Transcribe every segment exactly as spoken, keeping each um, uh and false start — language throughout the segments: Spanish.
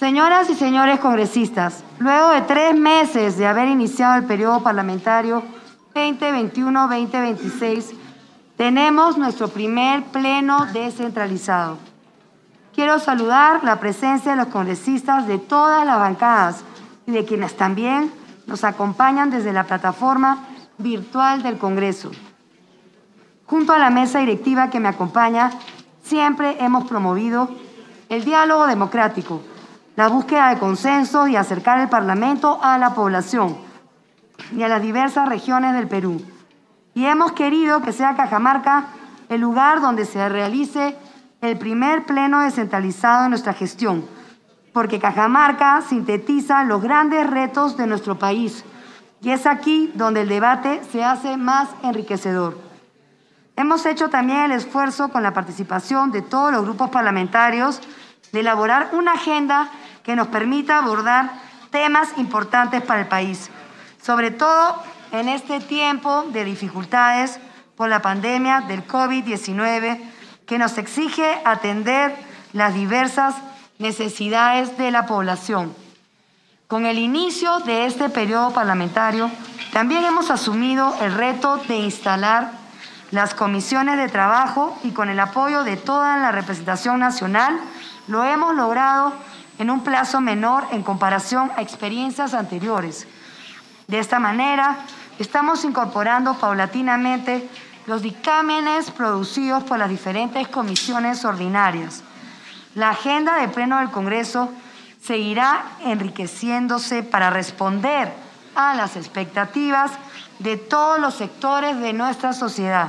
Señoras y señores congresistas, luego de tres meses de haber iniciado el periodo parlamentario veinte veintiuno veinte veintiséis, tenemos nuestro primer pleno descentralizado. Quiero saludar la presencia de los congresistas de todas las bancadas y de quienes también nos acompañan desde la plataforma virtual del Congreso. Junto a la mesa directiva que me acompaña, siempre hemos promovido el diálogo democrático, la búsqueda de consenso y acercar el Parlamento a la población y a las diversas regiones del Perú. Y hemos querido que sea Cajamarca el lugar donde se realice el primer pleno descentralizado de nuestra gestión, porque Cajamarca sintetiza los grandes retos de nuestro país y es aquí donde el debate se hace más enriquecedor. Hemos hecho también el esfuerzo con la participación de todos los grupos parlamentarios de elaborar una agenda que nos permita abordar temas importantes para el país, sobre todo en este tiempo de dificultades por la pandemia del COVID diecinueve, que nos exige atender las diversas necesidades de la población. Con el inicio de este periodo parlamentario, también hemos asumido el reto de instalar las comisiones de trabajo y con el apoyo de toda la representación nacional, lo hemos logrado en un plazo menor en comparación a experiencias anteriores. De esta manera, estamos incorporando paulatinamente los dictámenes producidos por las diferentes comisiones ordinarias. La agenda de pleno del Congreso seguirá enriqueciéndose para responder a las expectativas de todos los sectores de nuestra sociedad.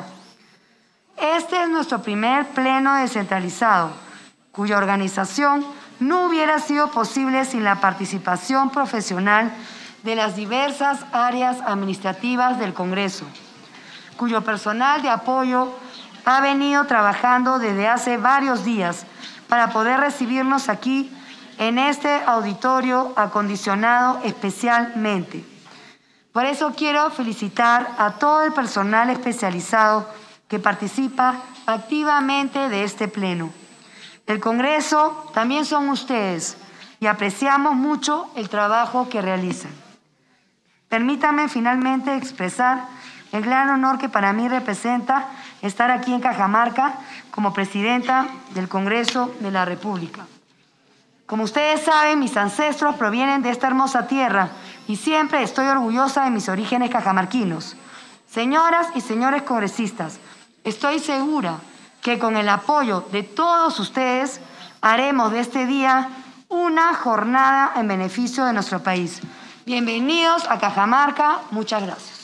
Este es nuestro primer pleno descentralizado, cuya organización no hubiera sido posible sin la participación profesional de las diversas áreas administrativas del Congreso, cuyo personal de apoyo ha venido trabajando desde hace varios días para poder recibirnos aquí en este auditorio acondicionado especialmente. Por eso quiero felicitar a todo el personal especializado que participa activamente de este pleno. El Congreso también son ustedes y apreciamos mucho el trabajo que realizan. Permítanme finalmente expresar el gran honor que para mí representa estar aquí en Cajamarca como presidenta del Congreso de la República. Como ustedes saben, mis ancestros provienen de esta hermosa tierra y siempre estoy orgullosa de mis orígenes cajamarquinos. Señoras y señores congresistas, estoy segura que con el apoyo de todos ustedes haremos de este día una jornada en beneficio de nuestro país. Bienvenidos a Cajamarca. Muchas gracias.